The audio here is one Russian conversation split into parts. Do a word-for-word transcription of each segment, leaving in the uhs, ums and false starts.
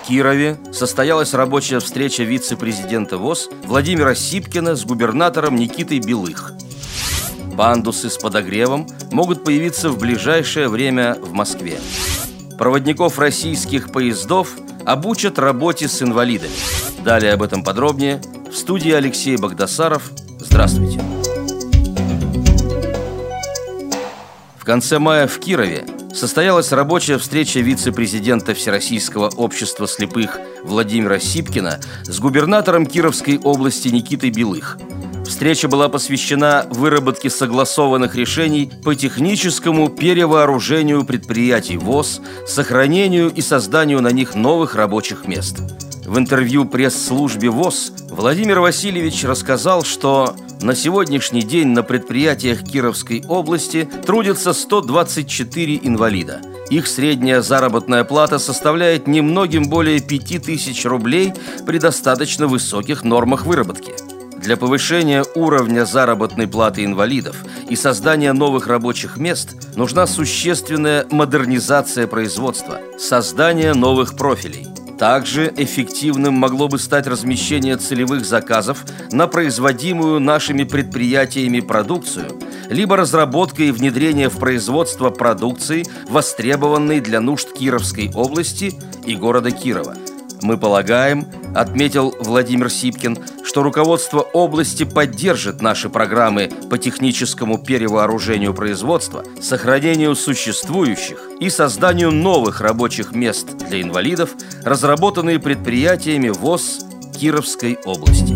Кирове состоялась рабочая встреча вице-президента ВОС Владимира Сипкина с губернатором Никитой Белых. Пандусы с подогревом могут появиться в ближайшее время в Москве. Проводников российских поездов обучат работе с инвалидами. Далее об этом подробнее. В студии Алексей Багдасаров. Здравствуйте. В конце мая в Кирове состоялась рабочая встреча вице-президента Всероссийского общества слепых Владимира Сипкина с губернатором Кировской области Никитой Белых. Встреча была посвящена выработке согласованных решений по техническому перевооружению предприятий ВОС, сохранению и созданию на них новых рабочих мест. В интервью пресс-службе ВОС Владимир Васильевич рассказал, что на сегодняшний день на предприятиях Кировской области трудятся сто двадцать четыре инвалида. Их средняя заработная плата составляет немногим более пяти тысяч рублей при достаточно высоких нормах выработки. Для повышения уровня заработной платы инвалидов и создания новых рабочих мест нужна существенная модернизация производства, создание новых профилей. Также эффективным могло бы стать размещение целевых заказов на производимую нашими предприятиями продукцию, либо разработка и внедрение в производство продукции, востребованной для нужд Кировской области и города Кирова. Мы полагаем, отметил Владимир Сипкин, что руководство области поддержит наши программы по техническому перевооружению производства, сохранению существующих и созданию новых рабочих мест для инвалидов, разработанные предприятиями ВОС Кировской области.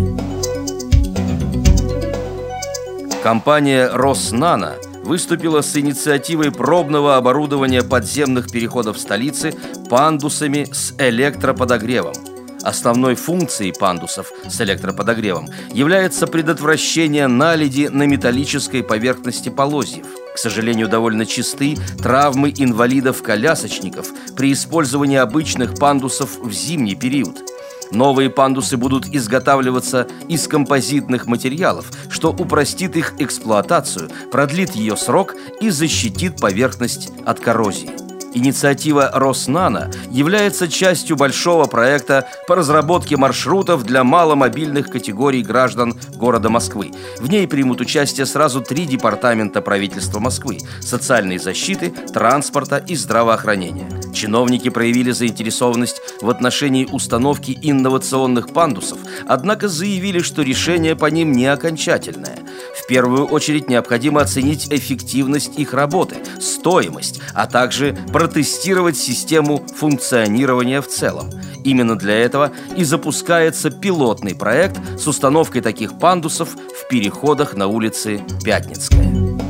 Компания «Роснано» выступила с инициативой пробного оборудования подземных переходов столицы пандусами с электроподогревом. Основной функцией пандусов с электроподогревом является предотвращение наледи на металлической поверхности полозьев. К сожалению, довольно часты травмы инвалидов-колясочников при использовании обычных пандусов в зимний период. Новые пандусы будут изготавливаться из композитных материалов, что упростит их эксплуатацию, продлит ее срок и защитит поверхность от коррозии. Инициатива «Роснано» является частью большого проекта по разработке маршрутов для маломобильных категорий граждан города Москвы. В ней примут участие сразу три департамента правительства Москвы – социальной защиты, транспорта и здравоохранения. Чиновники проявили заинтересованность в отношении установки инновационных пандусов, однако заявили, что решение по ним не окончательное. В первую очередь необходимо оценить эффективность их работы, стоимость, а также протестировать систему функционирования в целом. Именно для этого и запускается пилотный проект с установкой таких пандусов в переходах на улице Пятницкая.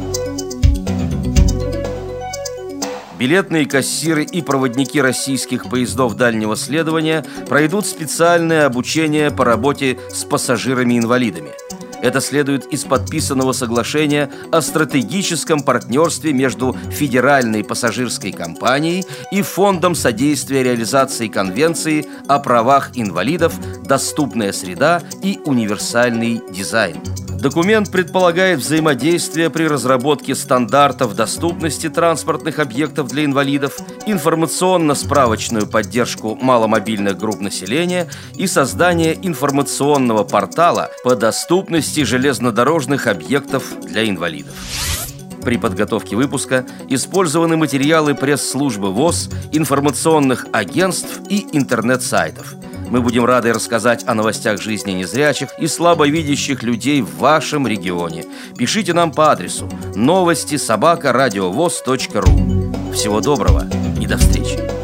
Билетные кассиры и проводники российских поездов дальнего следования пройдут специальное обучение по работе с пассажирами-инвалидами. Это следует из подписанного соглашения о стратегическом партнерстве между Федеральной пассажирской компанией и Фондом содействия реализации Конвенции о правах инвалидов «Доступная среда и универсальный дизайн». Документ предполагает взаимодействие при разработке стандартов доступности транспортных объектов для инвалидов, информационно-справочную поддержку маломобильных групп населения и создание информационного портала по доступности железнодорожных объектов для инвалидов. При подготовке выпуска использованы материалы пресс-службы ВОС, информационных агентств и интернет-сайтов. Мы будем рады рассказать о новостях жизни незрячих и слабовидящих людей в вашем регионе. Пишите нам по адресу новости собака радиовоз точка ру. Всего доброго и до встречи!